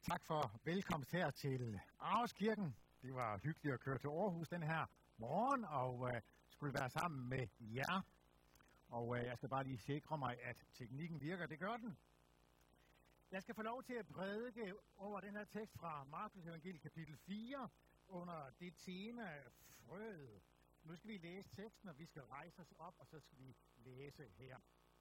Tak for velkomst her til Aarhuskirken. Det var hyggeligt at køre til Aarhus den her morgen og skulle være sammen med jer. Og jeg skal bare lige sikre mig, at teknikken virker. Det gør den. Jeg skal få lov til at prædike over den her tekst fra Markus Evangeliet kapitel 4 under det tema frøet. Nu skal vi læse teksten, og vi skal rejse os op, og så skal vi læse her.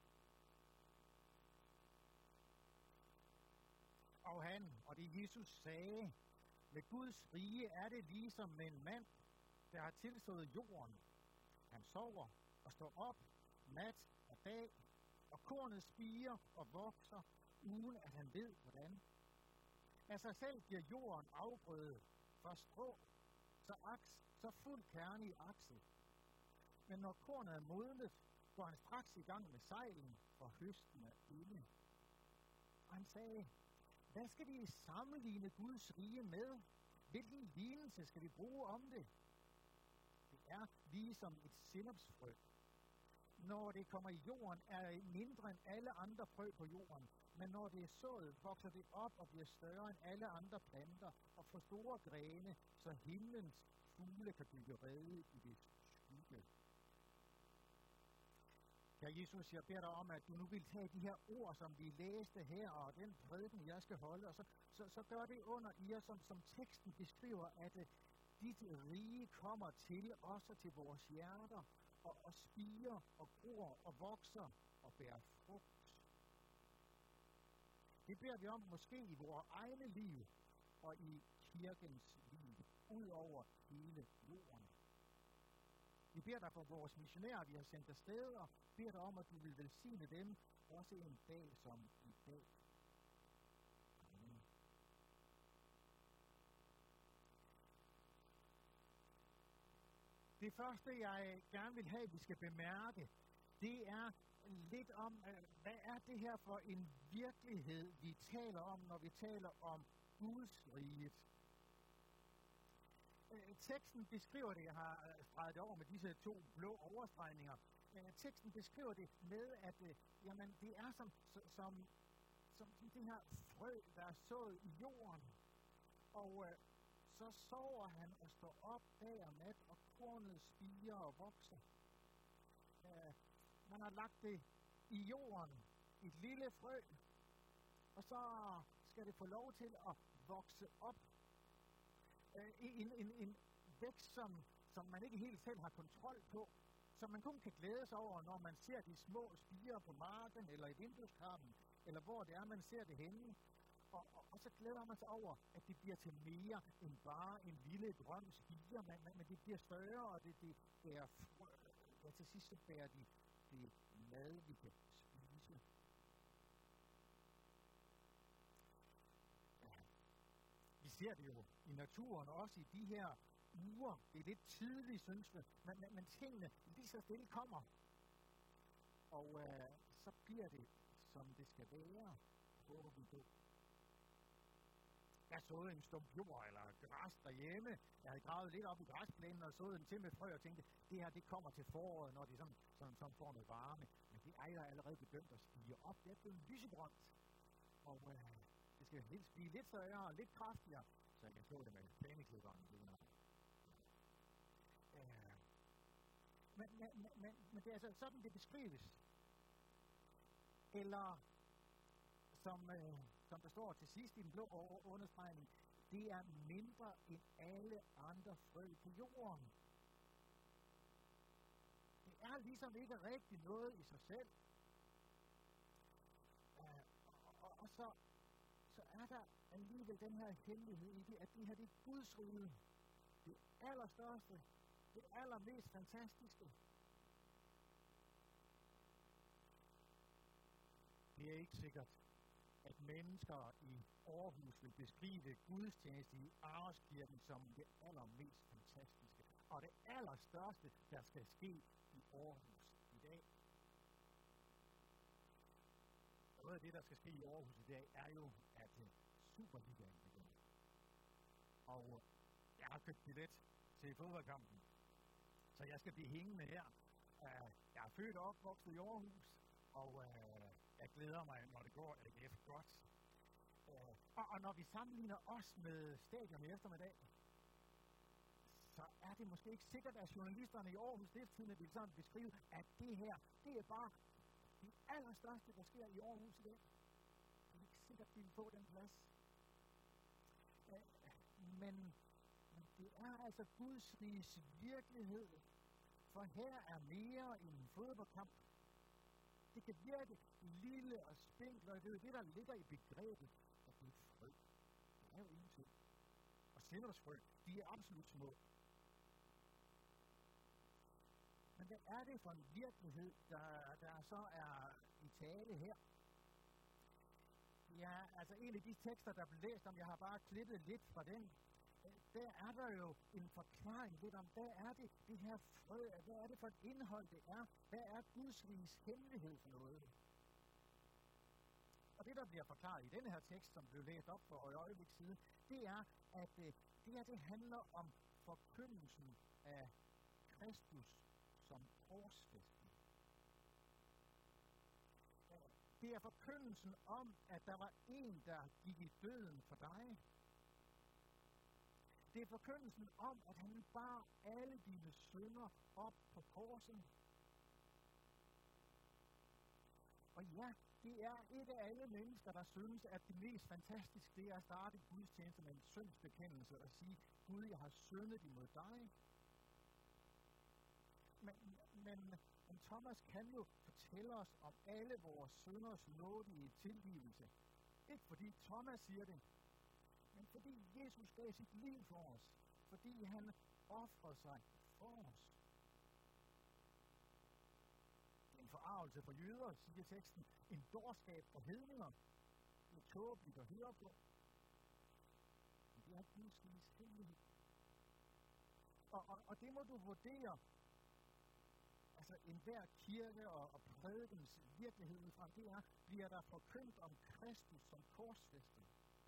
Og det Jesus sagde, med Guds rige er det ligesom en mand, der har tilstået jorden. Han sover og står op nat og dag, og kornet spirer og vokser, uden at han ved hvordan. Af sig selv giver jorden afgrøde for strå, så fuld kerne i akset. Men når kornet er modnet, går han straks i gang med sejlen, for høsten er inde. Og han sagde, hvad skal de sammenligne Guds rige med? Hvilken lignelse skal de bruge om det? Det er ligesom et sennepsfrø. Når det kommer i jorden, er det mindre end alle andre frø på jorden. Men når det er sået, vokser det op og bliver større end alle andre planter og får store grene, så himlens fugle kan bygge rede i det skygge. Kære Jesus, jeg beder dig om, at du nu vil tage de her ord, som vi læste her, og den prædiken, jeg skal holde, og så gør det under i os, som teksten beskriver, at dit rige kommer til os og til vores hjerter, og spirer og gror og vokser og bærer frugt. Det beder vi om måske i vores egne liv og i kirkens liv, ud over hele jorden. Vi beder dig for vores missionærer, vi har sendt afsted, og beder dig om, at du vil velsigne dem, også en dag som i dag. Amen. Det første, jeg gerne vil have, vi skal bemærke, det er lidt om, hvad er det her for en virkelighed, vi taler om, når vi taler om Guds riget. Teksten beskriver det, jeg har streget det over med disse to blå overstregninger. Teksten beskriver det med, at jamen, det er som det her frø, der er sået i jorden. Og så sover han og står op dag og nat, og kornet spirer og vokser. Man har lagt det i jorden, et lille frø, og så skal det få lov til at vokse op. En vækst, som man ikke helt selv har kontrol på, som man kun kan glæde sig over, når man ser de små spirer på marken, eller i vindueskarmen, eller hvor det er, man ser det henne. Og så glæder man sig over, at det bliver til mere end bare en lille grøn spire, men det bliver større, og det bærer frø. Ja, til sidst så bærer de det mad, vi kan spise. Vi ser det jo i naturen, også i de her uger. Det er lidt tidligt, synes vi, men tingene lige så stille kommer. Og så bliver det, som det skal være, håber vi på. Jeg såede en stump jord eller græs derhjemme. Jeg havde gravet lidt op i græsplænen og såede den til med frø og tænkte, det her det kommer til foråret, når det sådan får noget varme. Men det er jo allerede begyndt at stige op. Det er blevet lysegrønt. Og det skal helst blive lidt større og lidt kraftigere, så jeg kan slå det med plæneklipperen. Men det er altså sådan, det beskrives. Eller som der står til sidst i den blå understregning, det er mindre end alle andre frø på jorden. Det er ligesom ikke rigtig noget i sig selv. Og så er der alligevel den her hemmelighed i det, at det her det er Guds rige. Det allerstørste, det allermest fantastiske. Det er ikke sikkert, at mennesker i Aarhus vil beskrive gudstjeneste i Aarhuskirken som det allermest fantastiske. Og det allerstørste, der skal ske i Aarhus i dag. Noget af det, der skal ske i Aarhus i dag, er jo, at Superligaen begynder. Og jeg har købt billet til fodboldkampen, så jeg skal blive hængende her. Jeg er født og opvokset i Aarhus, og jeg glæder mig, når det går AGF godt. Og når vi sammenligner os med stadion i eftermiddag, så er det måske ikke sikkert, at journalisterne i Aarhus Stiftstidende vil sådan beskrive, at det her, det er bare det allerstørste, der sker i Aarhus i dag. Det er ikke sikkert, at de vil få den plads. Men det er altså Guds riges virkelighed, for her er mere end en fodboldkamp. Det kan virke lille og spinkelt, og det er jo det, der ligger i begrebet af Guds frø. Det er jo ingenting. Og sinders frø, de er absolut små. Men hvad er det for en virkelighed, der så er i tale her? Ja, altså en af de tekster, der blev læst om, jeg har bare klippet lidt fra den, der er der jo en forklaring lidt om, hvad er det her frø, hvad er det for et indhold, det er, hvad er Guds riges hemmelighed for noget? Og det, der bliver forklaret i denne her tekst, som blev læst op for et øjeblik siden, det er, at det handler om forkyndelsen af Kristus som korsfæstet. Det er forkyndelsen om, at der var en, der gik i døden for dig. Det er forkyndelsen om, at han bar alle dine synder op på korset. Og ja, det er ikke alle mennesker, der synes, at det mest fantastiske, det er at starte gudstjeneste med en syndsbekendelse og sige, Gud, jeg har syndet imod dig. Men Thomas kan jo fortælle os om alle vores synders nådige tilgivelse. Ikke fordi Thomas siger det, men fordi Jesus gav sit liv for os. Fordi han ofrede sig for os. En forargelse for jøder, siger teksten. En dårskab for hedninger. Det er tåbeligt at høre på. Men det er Guds riges hemmelighed. Og det må du vurdere. Altså enhver kirke og prædikens virkelighed ud fra det er, bliver der forkyndt om Kristus som korsfæstet.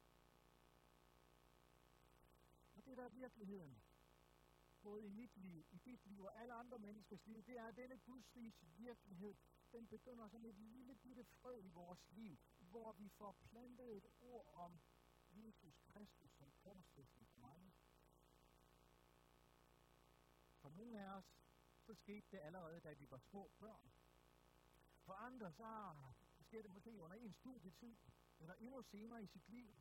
Og det der er virkeligheden, både i mit liv, i dit liv og alle andre menneskers liv, det er, at denne Guds riges virkelighed, den begynder som et lille bitte frø i vores liv, hvor vi får plantet et ord om Jesus Kristus som korsfæstet for mig. For nogle af os, så skete det allerede, da vi var små børn. For andre, så skete det måske under en studietid, eller endnu senere i sit liv.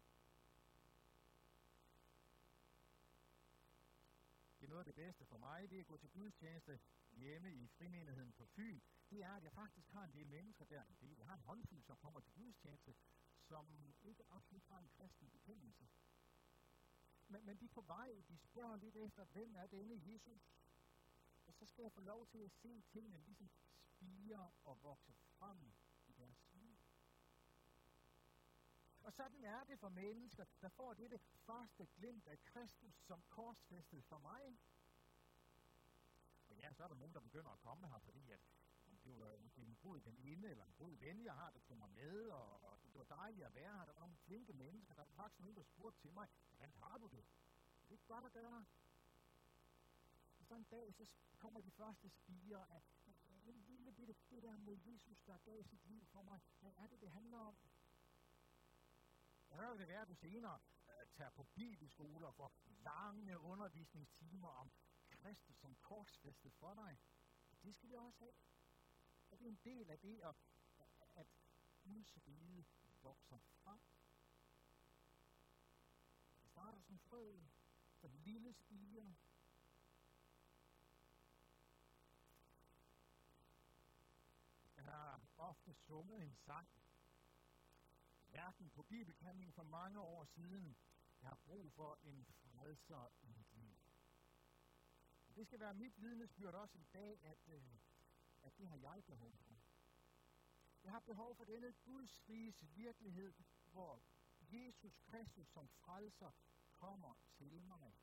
Det er noget af det bedste for mig, det er at gå til gudstjeneste hjemme i frimenigheden på Fyn. Det er, at jeg faktisk har en del mennesker der. Jeg har en håndfuld, som kommer til gudstjeneste, som ikke absolut har en kristen bekendelse. Men de er på vej, de spørger lidt efter, hvem er denne Jesus? Og så skal jeg få lov til at se tingene ligesom spire og vokse frem i deres liv. Og sådan er det for mennesker, der får det første glimt af Kristus som korsfæstet for mig. Og ja, så er der nogen, der begynder at komme her, fordi at det var en god veninde eller en god ven, jeg har, der tog mig med, og det var dejligt at være her. Der var nogle flinke mennesker, der var faktisk nogen, der spurgte til mig, hvordan har du det? Det er godt at gøre. Og så en dag, så kommer de første spirer af en lille bitte, det der med Jesus, der gav sit liv for mig. Hvad er det handler om? Jeg hører det være, at du senere tager på bibelskoler for lange undervisningstimer om Kristus som korsfæstet for dig. Og det skal vi også have. Og det er en del af det, at Guds rige vokser frem. Det starter som frø, som lille spire. Jeg har ofte sunget en sang. Verden på bibelkampen for mange år siden. Jeg har brug for en frelser i mit liv. Og det skal være mit vidnesbyrd også i dag, at det har jeg behov for. Jeg har behov for denne Guds riges virkelighed, hvor Jesus Kristus som frelser kommer til mig.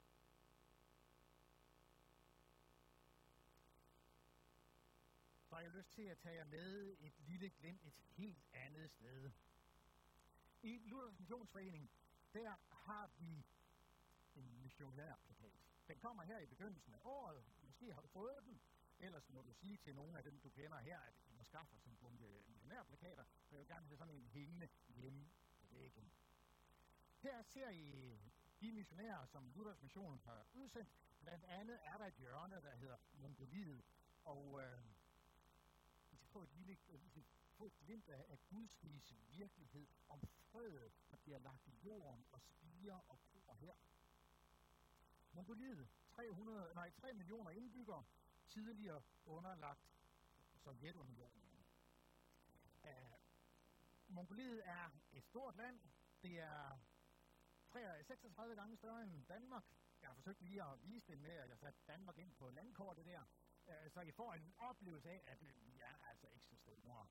Så har jeg lyst til at tage jer med et lille glimt et helt andet sted. I Luthers Missionsforening, der har vi en missionærplakat. Den kommer her i begyndelsen af året. Måske har du fået den. Ellers må du sige til nogle af dem, du kender her, at de må skaffe sig en bunke missionærplakater. Så jeg vil gerne have sådan en hængende hjemme på væggen. Her ser I de missionærer, som Luthers Mission har udsendt. Blandt andet er der et hjørne, der hedder Mongoliet. Og vi skal få et glimt af Guds riges virkelighed, om frøet, der bliver lagt i jorden og spirer og gror her. Mongoliet, 3 millioner indbyggere, tidligere underlagt Sovjetunionen. Mongoliet er et stort land. Det er 36 gange større end Danmark. Jeg har forsøgt lige at vise det med, at jeg satte Danmark ind på landkortet der, så I får en oplevelse af, at vi er altså ikke så store.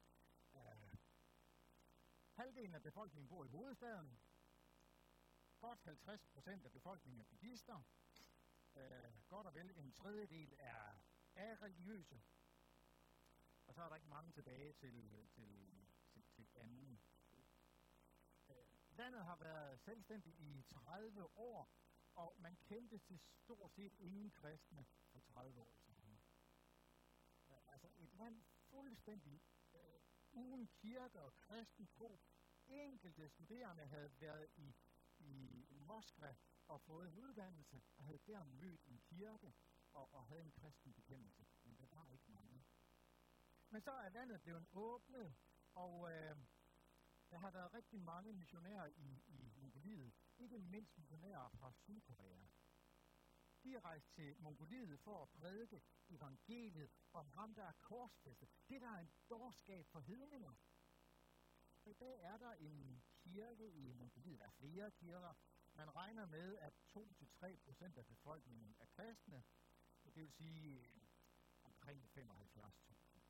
Halvdelen af befolkningen bor i hovedstaden. Godt 50% af befolkningen er buddhister. Godt og vel en tredjedel er religiøse. Og så er der ikke mange tilbage til anden. Landet har været selvstændigt i 30 år, og man kendte til stort set ingen kristne for 30 år siden. Altså et land fuldstændig uden kirke og kristen tro. Enkelte studerende havde været i Moskva og fået en uddannelse, og havde der mødt en kirke og havde en kristen bekendelse. Men der var ikke mange. Men så er landet blevet åbnet, og der har været rigtig mange missionærer i Mongoliet. Ikke mindst missionærer fra Sydkorea. De er rejst til Mongoliet for at prædike evangeliet om ham, der er korsfæstet. Det der er en dårskab for hedninger. I dag er der en kirke i Mongoliet. Der er flere kirker. Man regner med, at 2-3% af befolkningen er kristne. Det vil sige omkring 75.000.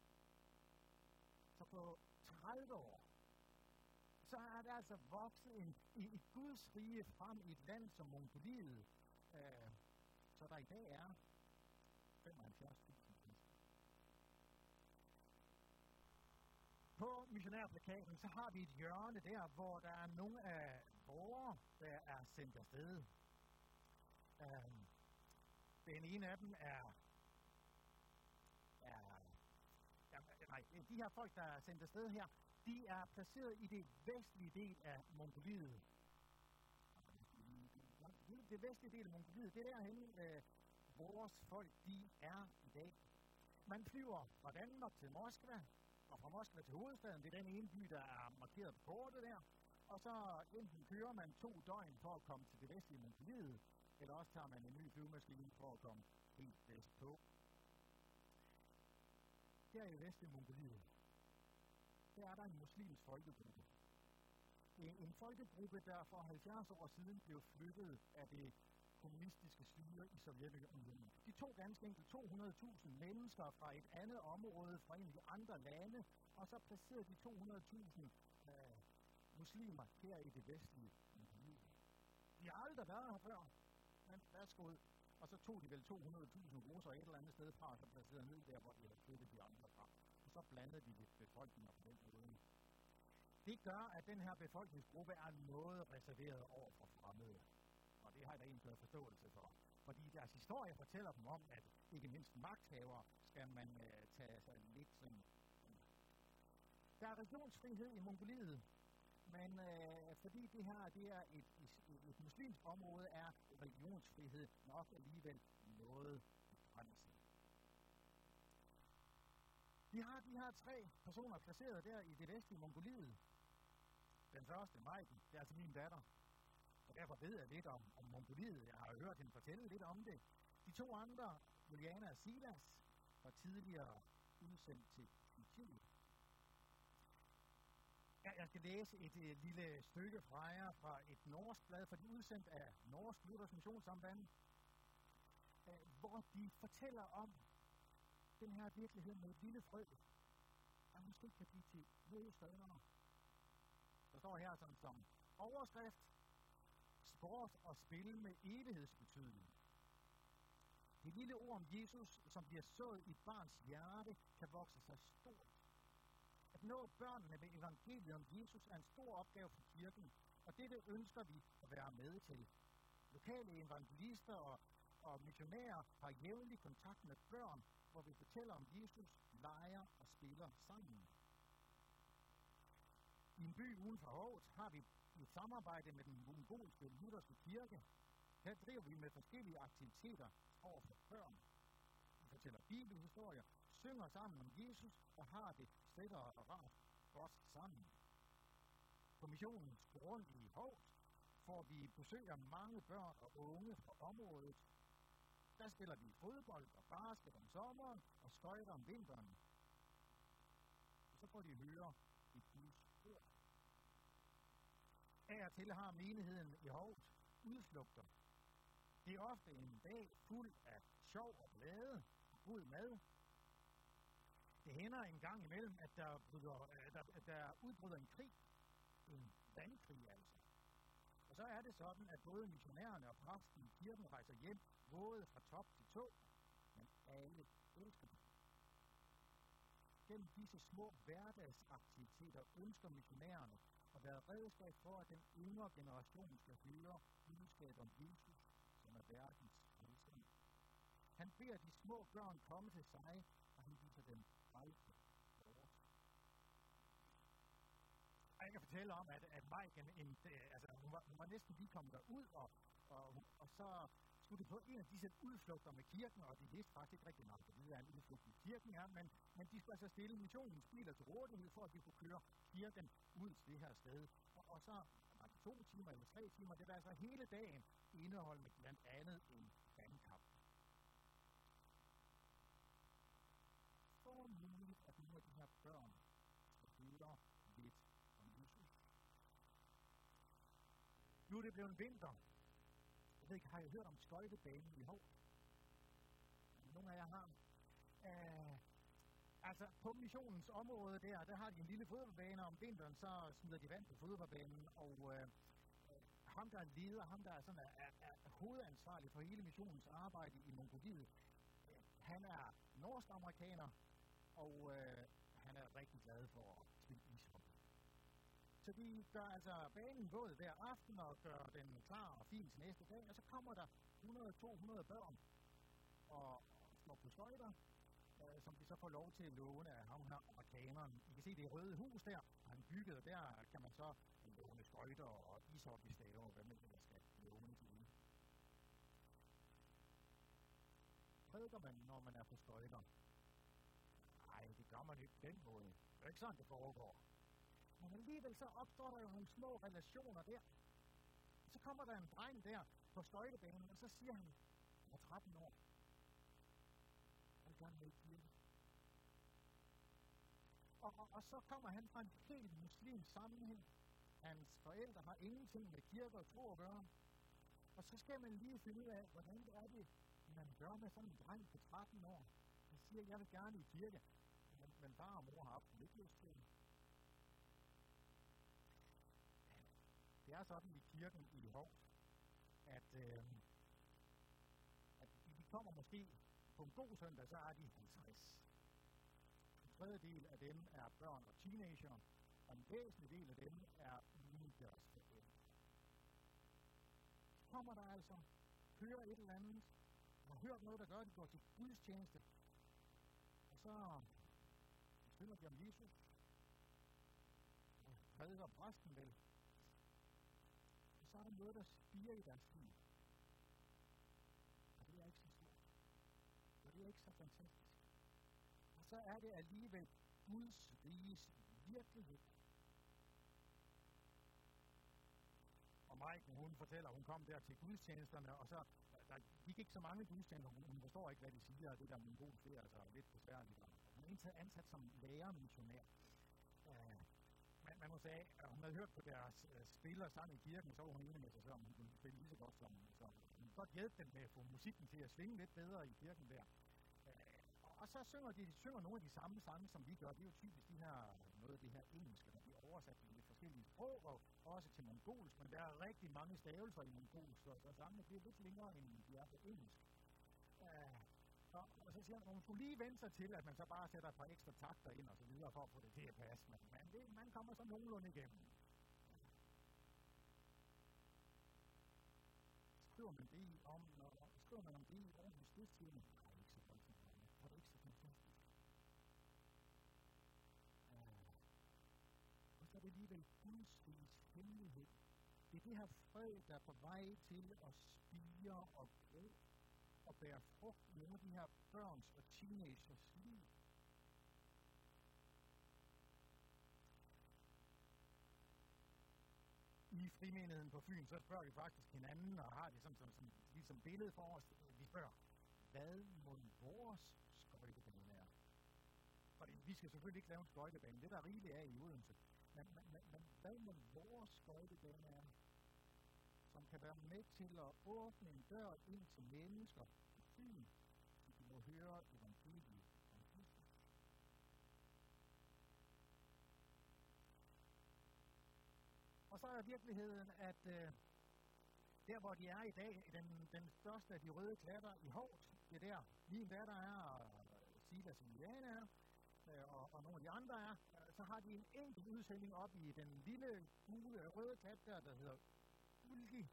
Så på 30 år, så er der altså vokset et Guds rige frem i et land som Mongoliet, så der i dag er 75.000. På missionærplakaten, så har vi et hjørne der, hvor der er nogle af borgere, der er sendt afsted. Den ene af dem de her folk, der er sendt afsted her, de er placeret i det vestlige del af Mongoliet. Det vestlige del af Mongoliet, det er derhenne, vores folk, de er i dag. Man flyver fra Danmark til Moskva, og fra Moskva til hovedstaden. Det er den ene by, der er markeret på kortet der. Og så enten kører man 2 døgn for at komme til det vestlige Mongoliet, eller også tager man en ny flyvemaskine for at komme helt vestpå. Her i vestlige Mongoliet, der er der en muslimsk folkegruppe. En folkegruppe, der for 70 år siden blev flyttet af det kommunistiske styre i Sovjetunionen. De tog ganske enkelt 200.000 mennesker fra et andet område, fra en af de andre lande, og så placerede de 200.000 muslimer her i det vestlige Mongoliet. De har aldrig været her før, men værsgo ud. Og så tog de vel 200.000 russer et eller andet sted fra, og så placerede ned der, hvor de havde flyttet de andre fra. Og så blandede de befolkninger på den måde. Det gør, at den her befolkningsgruppe er noget reserveret over for fremmede. Og det har jeg da egentlig forståelse for. Fordi deres historie fortæller dem om, at ikke mindst magthavere skal man tage sig lidt sådan. Der er religionsfrihed i Mongoliet, men fordi det her det er et muslimsk område, er religionsfrihed nok alligevel noget begrænset. Vi har de her 3 personer placeret der i det vestlige Mongoliet. Den første, Majken, det er altså min datter. Og derfor ved jeg lidt om Mongoliet. Jeg har hørt hende fortælle lidt om det. De 2 andre, Juliana og Silas, var tidligere udsendt til Tyrkiet. Jeg skal læse et lille stykke fra jer fra et norsk blad, for de er udsendt af Norsk Luthers Missionssamband, hvor de fortæller om den her virkelighed med et lille frø, der måske kan blive til noget større. Der står her som overskrift: sport og spil med evighedsbetydning. Det lille ord om Jesus, som bliver sået i et barns hjerte, kan vokse sig stort. At nå børnene med evangeliet om Jesus er en stor opgave for kirken, og dette ønsker vi at være med til. Lokale evangelister og missionærer har jævnlig kontakt med børn, hvor vi fortæller om Jesus, leger og spiller sammen. I en by uden for Aarhus har vi I et samarbejde med den mongolske lutherske kirke, her driver vi med forskellige aktiviteter over for børn. Vi fortæller bibelhistorier, synger sammen om Jesus og har det stættere og rart godt sammen. På missionens grund i Hovs får vi besøg af mange børn og unge fra området. Der spiller vi fodbold og basket om sommeren og skøjter om vinteren. Og så får de høre et Guds ord. Af og til har menigheden i Hovs udflugter. Det er ofte en dag fuld af sjov og glæde og god mad. Det hænder en gang imellem, at der udbryder en krig. En vandkrig altså. Og så er det sådan, at både missionærerne og præsten i kirken rejser hjem, både fra top til tå, men alle elsker dem. Gennem disse små hverdagsaktiviteter ønsker missionærerne at være redskab for, at den yngre generation skal høre budskabet om Jesus, som er verdens frelser. Han beder de små børn komme til sig, og han viser dem frelse. Jeg kan fortælle om, at Maiken, hun var næsten lige kommet derud, og så skulle det på en af disse udflugter med kirken, og de vidste faktisk ikke rigtig meget, hvad en udflugt i kirken er, men de skulle altså stille missionens biler til rådighed, for at de kunne køre kirken ud til det her sted. Og så var det 2 timer eller 3 timer, det var altså hele dagen indeholdende blandt andet en vandkamp. For muligt, at nogle af de her børn skal høre lidt om Jesus. Nu er det blevet vinter. Jeg ved ikke, har I hørt om skøjtebanen i Hov? Nogle af jer har. Altså, på missionens område der har de en lille fodboldbane, og om vinteren så smider de vand på fodboldbanen, og ham der er leder, ham der er, sådan, er hovedansvarlig for hele missionens arbejde i Mongoliet, han er norsk-amerikaner, og han er rigtig glad for at spille ishockey. Så de gør altså banen våd hver aften og gør den klar og fin til næste dag, og så kommer der 100-200 børn og slår på skøjter, som de så får lov til at låne af ham her amerikaneren. I kan se det røde hus der, og han byggede, der kan man så låne skøjter og ishockeystaver, og hvad man ellers skal låne til ude. Prædiker man, når man er på skøjter? Nej, det gør man ikke på den måde. Det er ikke sådan, det foregår. Men alligevel så opstår der jo nogle små relationer der. Og så kommer der en dreng der på skøjtebanen, og så siger han, jeg er 13 år. Jeg vil gerne med i kirke. Og så kommer han fra en helt muslimsk sammenhæng. Hans forældre har ingenting med kirke og tro at gøre. Og så skal man lige finde ud af, hvordan det er det, man gør med sådan en dreng på 13 år. Han siger, jeg vil gerne i kirke. Men far og mor har absolut ikke lyst til det. Det er sådan i kirken i Hovs, at de kommer måske på en god søndag, så er de 50. En tredjedel af dem er børn og teenager, og en væsentlig del af dem er uden deres forældre. Så kommer der altså, hører et eller andet, og har hørt noget, der gør, at de går til gudstjeneste, og så synger de om Jesus, og prædiker præsten vel. Og så er der noget, der spirer i deres liv. Og det er ikke så stort. Og det er ikke så fantastisk. Og så er det alligevel Guds riges virkelighed. Og Maiken, hun fortæller, hun kom der til gudstjenesterne, og så der gik ikke så mange gudstjenester, hun forstår ikke, hvad de siger, og det der mongolsk, det er altså lidt besværligt. Hun er ansat som lærermissionær. Man må sige, at hun havde hørt på deres spillere sang i kirken, så var hun enig med sig selv, om hun kunne spille lige så godt som hun kunne godt hjælpe dem med at få musikken til at svinge lidt bedre i kirken der. Og så synger nogle af de samme sange, som vi gør. Det er jo typisk noget af det her engelske, der bliver oversat til forskellige sprog, og også til mongolsk, men der er rigtig mange stavelser i mongolsk, så sangene bliver lidt længere, end de er på engelsk. Og så siger man skulle lige vende sig til, at man så bare sætter et par ekstra takter ind og så videre, for at få det til at passe. Men man kommer så nogenlunde igennem. Skriver man om det i Aarhus Stiftstidende? Nej, ikke så voldsomt. Det er ikke så fantastisk. Og så er det alligevel Guds riges hemmelighed, Det er det her frø, der er på vej til at spire og gro og bære frugt i nogle af de her børns og teenagers liv. I frimenigheden på Fyn, så spørger vi faktisk hinanden, og har det som billede for os. Vi spørger, hvad må vores skøjtebane være? For vi skal selvfølgelig ikke lave en skøjtebane, det der er rigeligt af i Odense. Men hvad må vores skøjtebane være, som kan være med til at åbne en dør ind til mennesker på Fyn, så de må høre evangeliet om Kristus? Og så er virkeligheden, at der hvor de er i dag, den største af de røde klatter i Hovt, det er der min datter er, og Silas og Juliane er, og nogle af de andre er, så har de en enkelt udsending op i den lille gule røde klat der hedder Ulgi.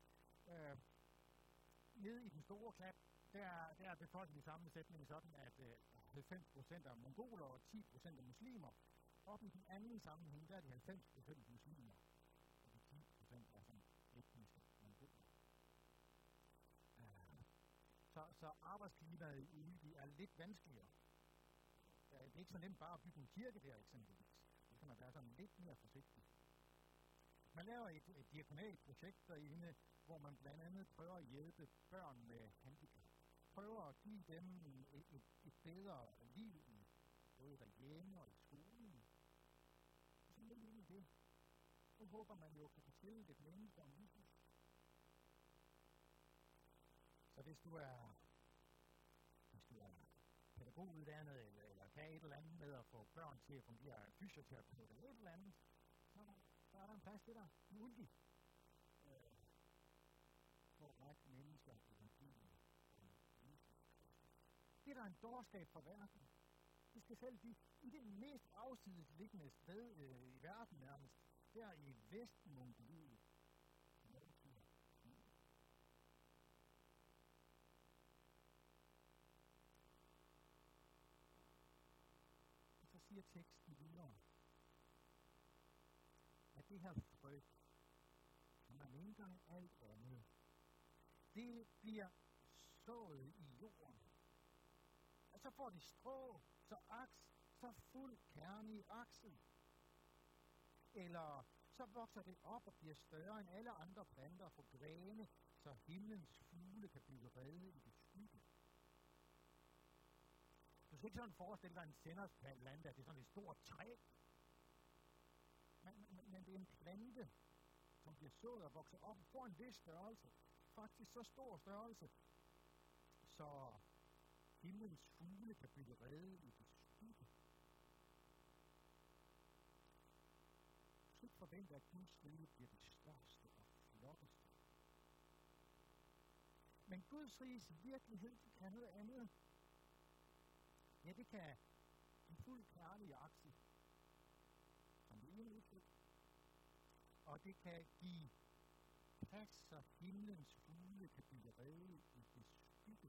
Nede i den store klat, der er befolkningssammensætningen sådan, at 90% er mongoler og 10% er muslimer. Og i den anden sammenhæng, der er de 90% muslimer, og de 10% er sådan etniske mongoler. Så arbejdsklimaet i Ulgi er lidt vanskeligere. Det er ikke så nemt bare at bygge en kirke der eksempelvis. Det kan man være sådan lidt mere forsigtig. Man laver et diakonalt projekt derinde, hvor man blandt andet prøver at hjælpe børn med handicap. Prøver at give dem et bedre liv i både derhjemme og i skolen. Og så lidt ind i det. Så håber man jo kan fortælle det mennesker om Jesus. Så hvis du er pædagoguddannet eller kan et eller andet med at få børn til at fungere fysioterapeut eller et eller andet, så er der en plads til dig i Ulgi. For at række mennesker i den tid. Det er der en dårskab for verden. Det skal selv blive i det mest afsides liggende sted i verden nærmest. Der i Vestmongoliet. Så siger teksten videre, at det her frø, som er ikke engang alt andet, det bliver sået i jorden. Og så får de strå, så aks, så fuld kerne i aksen. Eller så vokser det op og bliver større end alle andre planter og får grene, så himlens fugle kan blive rede i det skygge. Du skal ikke sådan forestille dig en sendersplante, at det er sådan et stort træ. Men det er en plante, som bliver sået og vokser op og får en vis størrelse. Faktisk så stor størrelse, så himlens fugle kan blive rede i det skygge. Du skal ikke forvente, at Guds rige bliver det største og flotteste. Men Guds riges virkelighed kan noget andet. Ja, det kan en fuld kærlig akse, som det ene udtryk. Og det kan give plads, så himlens fugle kan blive rede i det skygge.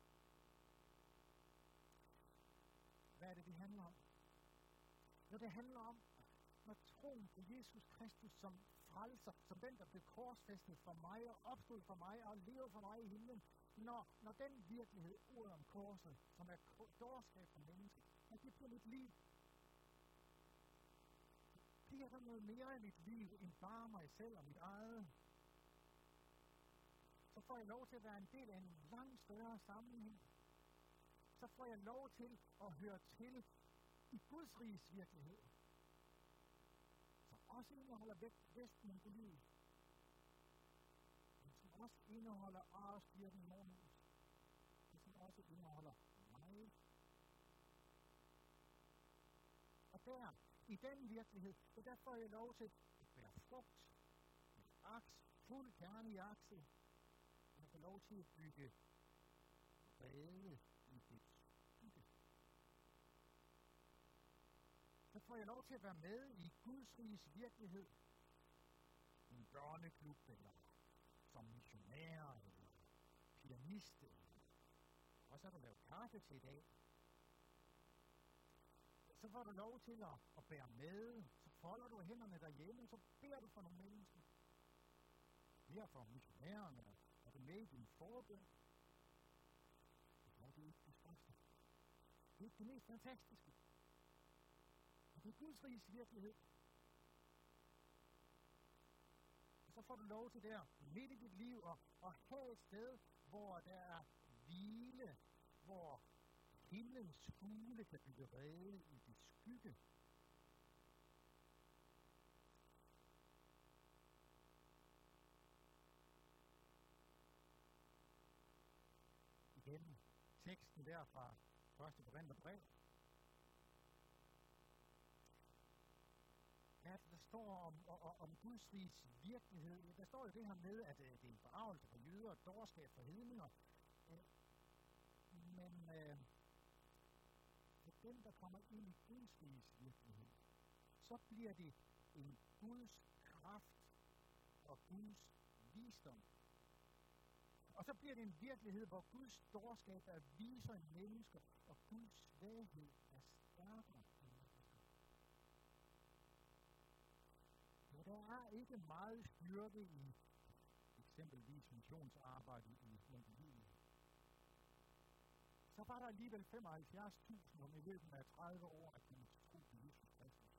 Hvad er det handler om? Jo, det handler om, når troen på Jesus Kristus som frelser, som den, der blev korsfæstet for mig og opstod for mig og lever for mig i himlen, når den virkelighed, ordet om korset, som er dårskab for mennesket, når det bliver mit liv, bliver der noget mere i mit liv, end bare mig selv og mit eget. Så får jeg lov til at være en del af en langt større sammenhæng. Så får jeg lov til at høre til i Guds riges virkelighed, som også indeholder Vestmongoliet, men som også indeholder Aresbjergen i Nordhus, og som også indeholder mig. Og der, i den virkelighed, så der får jeg lov til at bære frugt, med aks, fuld kerne i akse, og jeg får lov til at bygge rede i det skygge. Så får jeg lov til at være med i Guds riges virkelighed. En børneklub, eller som missionær, eller pianist, og så har du lavet kaffe til i dag. Så får du lov til at bære med, så folder du hænderne derhjemme, så beder du for nogle mennesker. beder for missionærerne, er du med i din forbøn? Det er ikke det største. Det er ikke det mest fantastiske. Og det er Guds riges virkelighed. Og så får du lov til der, midt i dit liv, at have et sted, hvor der er hvile, hvor himlens fugle kan blive rede i dit skygge. Igen, teksten der fra 1. Korintherbrev. Ja, der står om Guds riges virkelighed. Der står jo det her med, at det er en forargelse for jøder og dårskab for hedninger. Men for dem, der kommer ind i Guds riges virkelighed, så bliver det en Guds kraft og Guds visdom. Og så bliver det en virkelighed, hvor Guds dårskab er viser i mennesker, og Guds svaghed er stærkere i mennesker. Og der er ikke meget styrke i eksempelvis missionsarbejde i Mongoliet. Så var der alligevel 75.000 om i løbet af 30 år, at man tro på Jesus Kristus.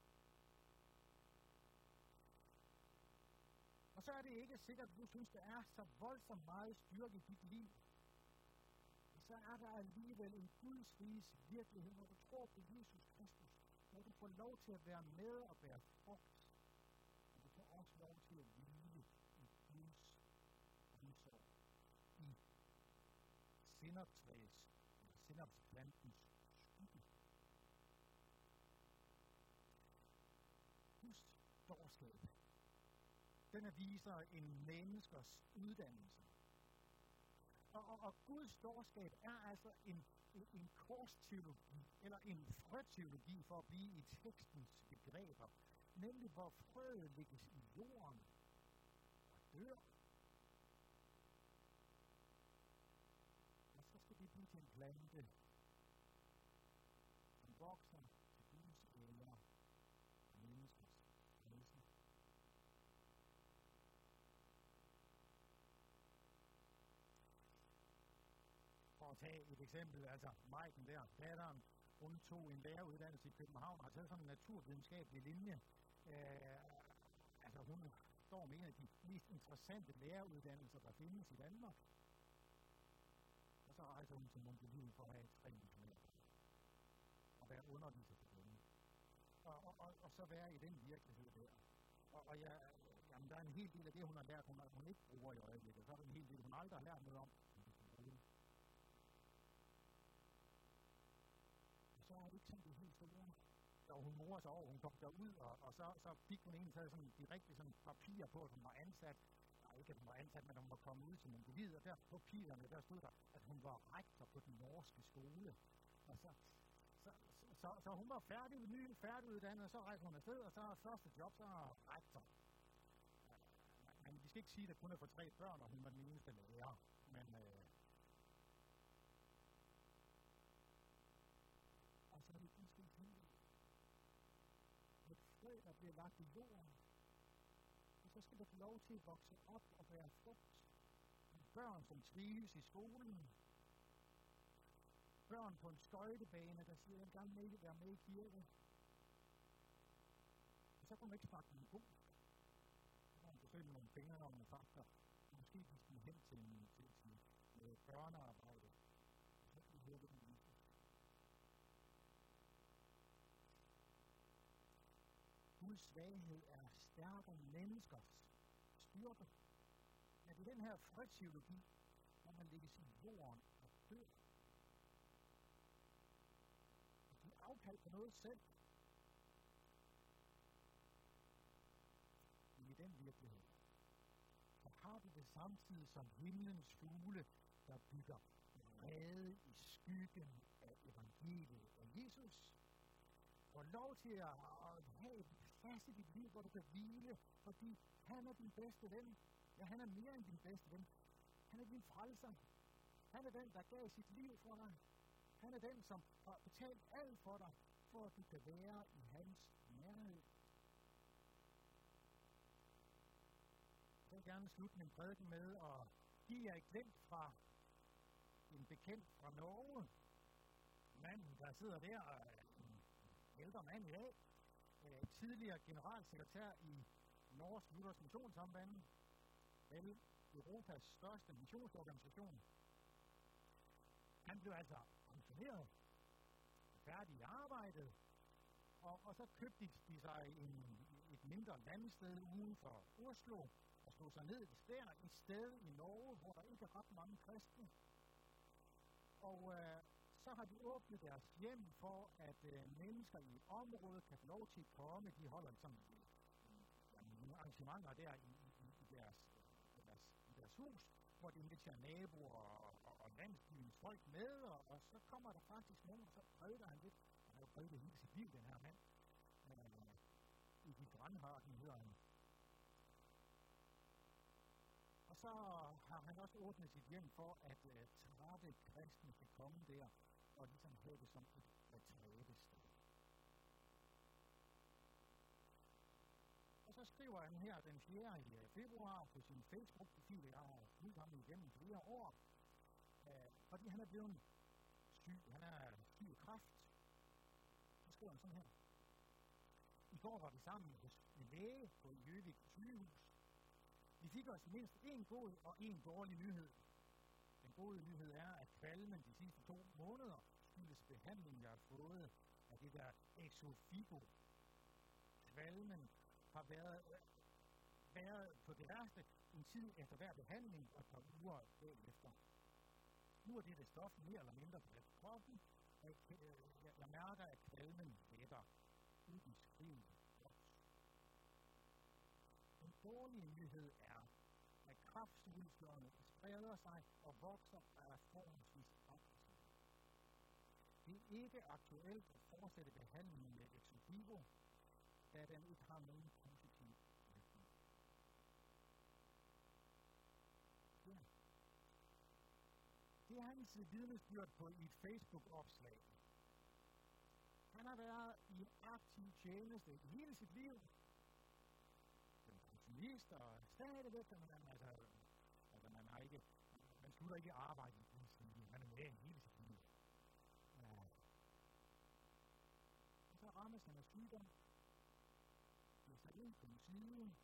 Og så er det ikke sikkert, at du synes, der er så voldsomt meget styrke i dit liv. Og så er der alligevel en Guds riges virkelighed, når du tror på Jesus Kristus. Når du får lov til at være med og bære frugt. Og du får også lov til at hvile i Guds omsorg. I sennepsplantens skygge. Guds dårskab. Den viser en menneskers uddannelse. Og Guds dårskab er altså en korsteologi, eller en frøteologi, for at blive i tekstens begreber. Nemlig hvor frøet lægges i jorden og dør. Og så skal det blive til en plante, som vokser til Guds ære og menneskers frelse. For at tage et eksempel, altså Maiken der, datteren, hun tog en læreruddannelse i København og har taget sådan en naturvidenskabelig linje. Hun står med en af de mest interessante læreruddannelser, der findes i Danmark. Og så rejser hun til Mongoliet for at have 3 missionærer. Og være underviser på dem. Og så være i den virkelighed der. Jamen, der er en hel del af det, hun har lært, hun ikke bruger i øjeblikket. Så er der en hel del, hun aldrig har lært noget om. Så er det ikke sådan det helt store. Da hun morer sig over, hun kom derud, og så fik hun egentlig taget sådan direkte sådan papirer på, at hun var ansat. Nej, ikke at hun var ansat, men hun var kommet ud til Mongoliet, og der på papirerne, der stod der, at hun var rektor på den norske skole. Og så hun var færdiguddannet, og så rejste hun afsted, og så er første job, så er rektor. Men vi skal ikke sige, at hun er for 3 børn, og hun var den eneste lærer. Men og så er det fuldstændig tænkt. Et frø, der bliver lagt i jorden, og så skal det få lov til at vokse op og bære frugt. Børn, som trives i skolen. Børn på en skøjtebane, der siger, at jeg gerne vil være med i kirke. Og så kunne man ikke snakke med en god. Så kan man forsøge med nogle fingre og nogle fakta. Måske de skulle hen til børnearbejde. Så kan vi høre det med Jesus. Guds svaghed er stærkere menneskers styrke. Men i den her frøteologi, hvor man lægges i jorden og dør. Og de er afkald på noget selv. Men i den virkelighed, så har vi det samtidig som himlens fugle, der bygger rede i skyggen af evangeliet af Jesus. Får lov til at have et plads i dit liv, hvor du kan hvile, fordi han er din bedste ven. Ja, han er mere end din bedste ven. Han er din frelser. Han er den, der gav sit liv for dig. Han er den, som har betalt alt for dig, for at du kan være i hans nærhed. Så vil gerne slutte min prædiken med at give jer et glimt fra en bekendt fra Norge. Manden, der sidder der, en ældre mand i dag, tidligere generalsekretær i Norsk Luthersk Missionssamband, vel Europas største missionsorganisation. Han blev altså pensioneret, færdig i arbejdet, og så købte de sig et mindre landsted uden for Oslo, og slog sig ned der, et sted i Norge, hvor der ikke er ret mange kristne. Og så har de åbnet deres hjem for, at mennesker i området kan få lov til at komme. De holder ligesom nogle arrangementer der i deres hus, hvor de inviterer naboer og landsbyens folk med, og så kommer der faktisk nogen, og så prædiker han lidt. Han har jo prædiket hele sit liv, den her mand. I de grønhørten hedder han. Og så har han også åbnet sit hjem for, at trætte kristne kan komme der, og ligesom have det som et retrætested. Og så skriver han her den 4. februar på sin Facebook-profil, jeg har fulgt ham igennem flere år, fordi han er blevet syg. Han er syg af kræft. Så skriver han sådan her. I går var vi sammen hos en læge på Gjøvik sygehus. Vi fik os mindst en god og en dårlig nyhed. Den gode nyhed er, at kvalmen de sidste 2 måneder skyldes behandling, jeg har fået af det der Exofigo. Kvalmen har været på det værste en tid efter hver behandling og et par uger bagefter. Nu er det stof mere eller mindre på kroppen. Jeg mærker, at kvalmen letter. Ubeskriveligt godt. Den dårlige nyhed er, at kræftsvulsterne spreder sig og vokser og er forholdsvis aggressive. Det er ikke aktuelt at fortsætte behandlingen med Exofigo, da den ikke har nogen positiv virkning. Ja. Det er hans vidnesbyrd på et Facebook-opslag. Han har været i aktiv tjeneste i hele sit liv. Som pensionist og stadigvæk, man slutter ikke arbejde i hele sit liv. Man er med i hele sit liv. Ja. Og så rammes han af sygdom. Bliver sat ind på en side.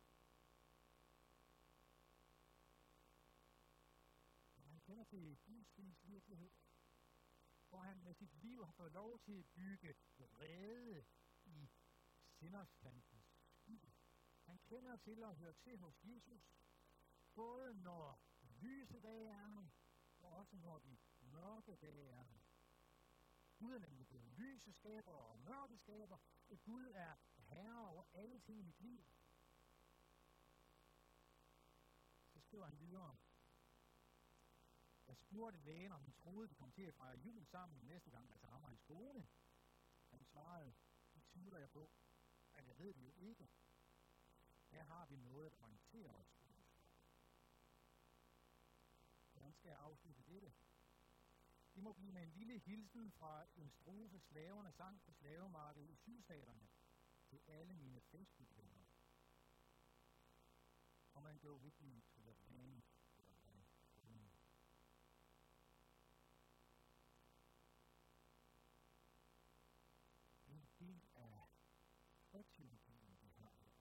Og han kender til Guds virkelighed, hvor han med sit liv har fået lov til at bygge rede i sindersplantens skygge. Han kender til at høre til hos Jesus, både når lyse dage er her, og også når de mørke dage er her. Gud er nemlig både lyseskaber og mørkeskaber, og Gud er herre over alle ting i mit liv. Så skriver han videre. Jeg spurgte lægen, om han troede, de kom til at fejre jul sammen næste gang, altså ham og hans kone. Han svarede, det tvivler jeg på, men jeg ved det jo ikke. Her har vi noget at orientere os på. Hvordan skal jeg afslutte dette? Det må blive med en lille hilsen fra en strofe slaverne sang på slavemarkedet i Sydstaterne til alle mine Facebook-venner. Come and go with me to the land. Det er frygtteologien, vi har her.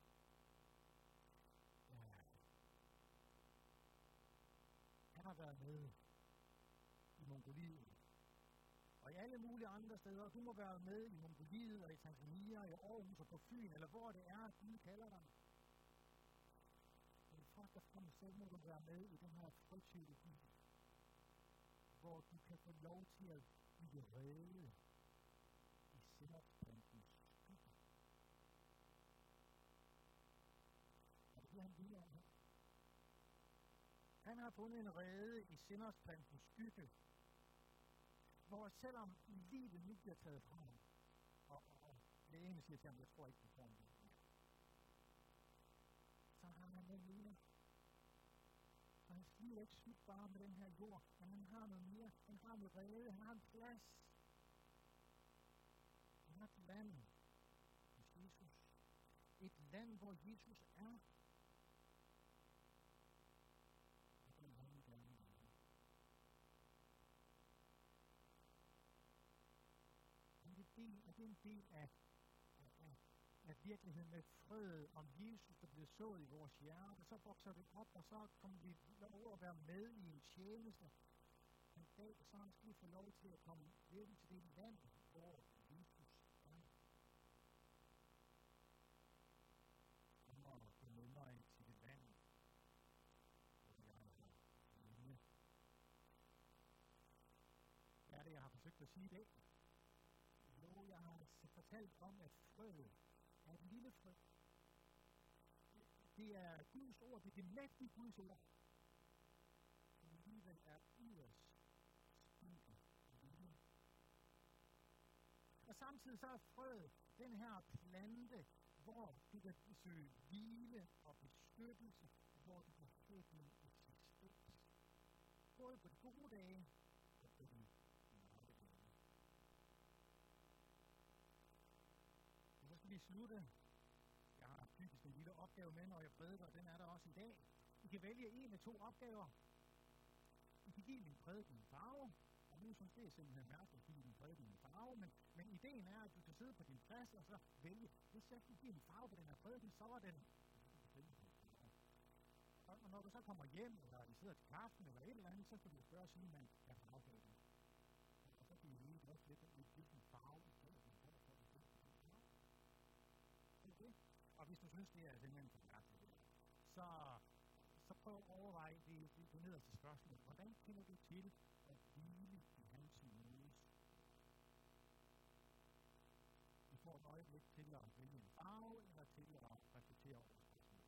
Han har været med i Mongoliet og i alle mulige andre steder. Du må være med i Mongoliet og i Tanzania, i Aarhus og på Fyn, eller hvor det er, Gud kalder dig. Men først og fremmest så må du være med i den her frygtteologi, hvor du kan få lov til at bygge rede i sindersplantens skygge. Og det er han lige om her. Han har fundet en rede i sindersplantens skygge, hvor selvom livet nu bliver taget fra ham, og lægen siger til ham, jeg tror ikke, du får en liv mere, så har han noget mere. Og hans liv er ikke slut bare med den her jord, men han har noget mere. Han har noget rede, han har en plads. Han har et land hos Jesus. Et land, hvor Jesus er. det er en del af virkeligheden med frøet om Jesus, der bliver sået i vores hjerte. Så vokser det op, og så kommer vi lov at være med i en tjeneste. En dag, så skal vi få lov til at komme hjem til det land, hvor Jesus er. Kommer på med mig til det land, hvor jeg er hjemme. Hvad er det, jeg har forsøgt at sige i dag? Jo, jeg har fortalt om, at frøet er et lille frø. Det er Guds ord, det er det mægtige Guds ord. Men alligevel er yderst spinkelt lille. Og samtidig så er frøet den her plante, hvor du kan søge hvile og beskyttelse, hvor du kan få din eksistens. Både på de gode dage og på de mørke dage. Og så skal vi slutte. Jeg har typisk en lille opgave med, når jeg prædiker, og den er der også i dag. I kan vælge en af to opgaver. I kan give min prædiken en farve, og nu synes det er simpelthen mærkeligt at give min prædiken en farve, men ideen er, at du kan sidde på din plads og så vælge, hvis jeg kunne give en farve på den her prædiken, så var den. Og når du så kommer hjem, eller I sidder til kaffen, eller et eller andet, så skal du spørge Simon, hvad farve på den. Og så kan I lige drøfte lidt om, hvilken farve I får den for, for at det er det. Og hvis du synes, det er simpelthen for mærkeligt, så prøv at overveje det nederste spørgsmål. Hvordan kender du til at hvile i hans nåde? Vi får et øjeblik til at vælge en farve, eller til at reflektere over spørgsmålet.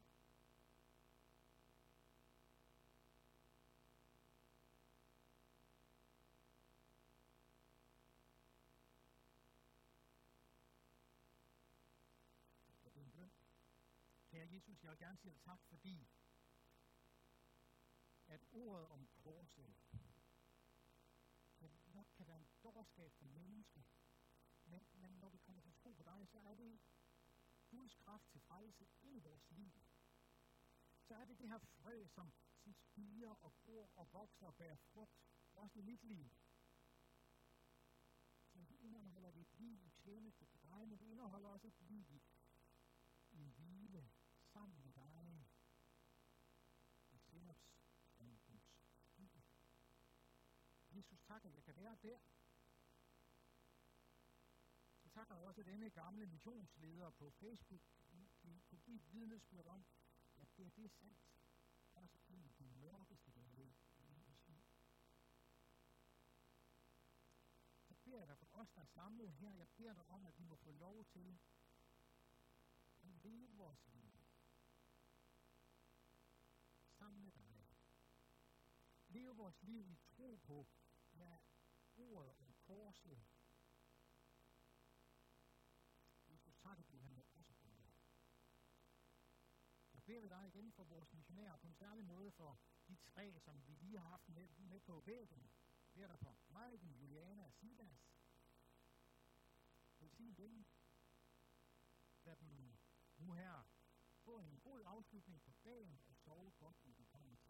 Det er en bøn. Kære Jesus, jeg vil gerne sige dig tak, fordi at ordet om korset nok kan være en dårskab for mennesker, men når vi kommer til tro på dig, så er det Guds kraft til frelse i vores liv. Så er det det her frø, som spirer og gror og vokser og bærer frugt, også i mit liv. Så det indeholder et liv i tjeneste for dig, men det indeholder også et liv i en hvile sammen med dig. I sindopsåndens liv. Jesus, tak, at jeg kan være der. Jeg takker også denne gamle missionsleder på Facebook, kunne give et vidnesbyrd om, at det er sandt. Også i de mørkeste dage i livets liv. Så beder jeg dig for os, der er samlet her, jeg beder dig om, at vi må få lov til at leve vores liv sammen med dig. Leve vores liv i tro på, hvad ordet om korset. Jesus, tak, at du har med os på det. Jeg beder ved dig igen for vores missionærer på en særlig måde for de tre, som vi lige har haft med på væggen. Jeg beder dig for Maiken, Juliana og Silas. Velsign dem. Lad dem nu her få en god afslutning på dagen og sove godt, når de kommer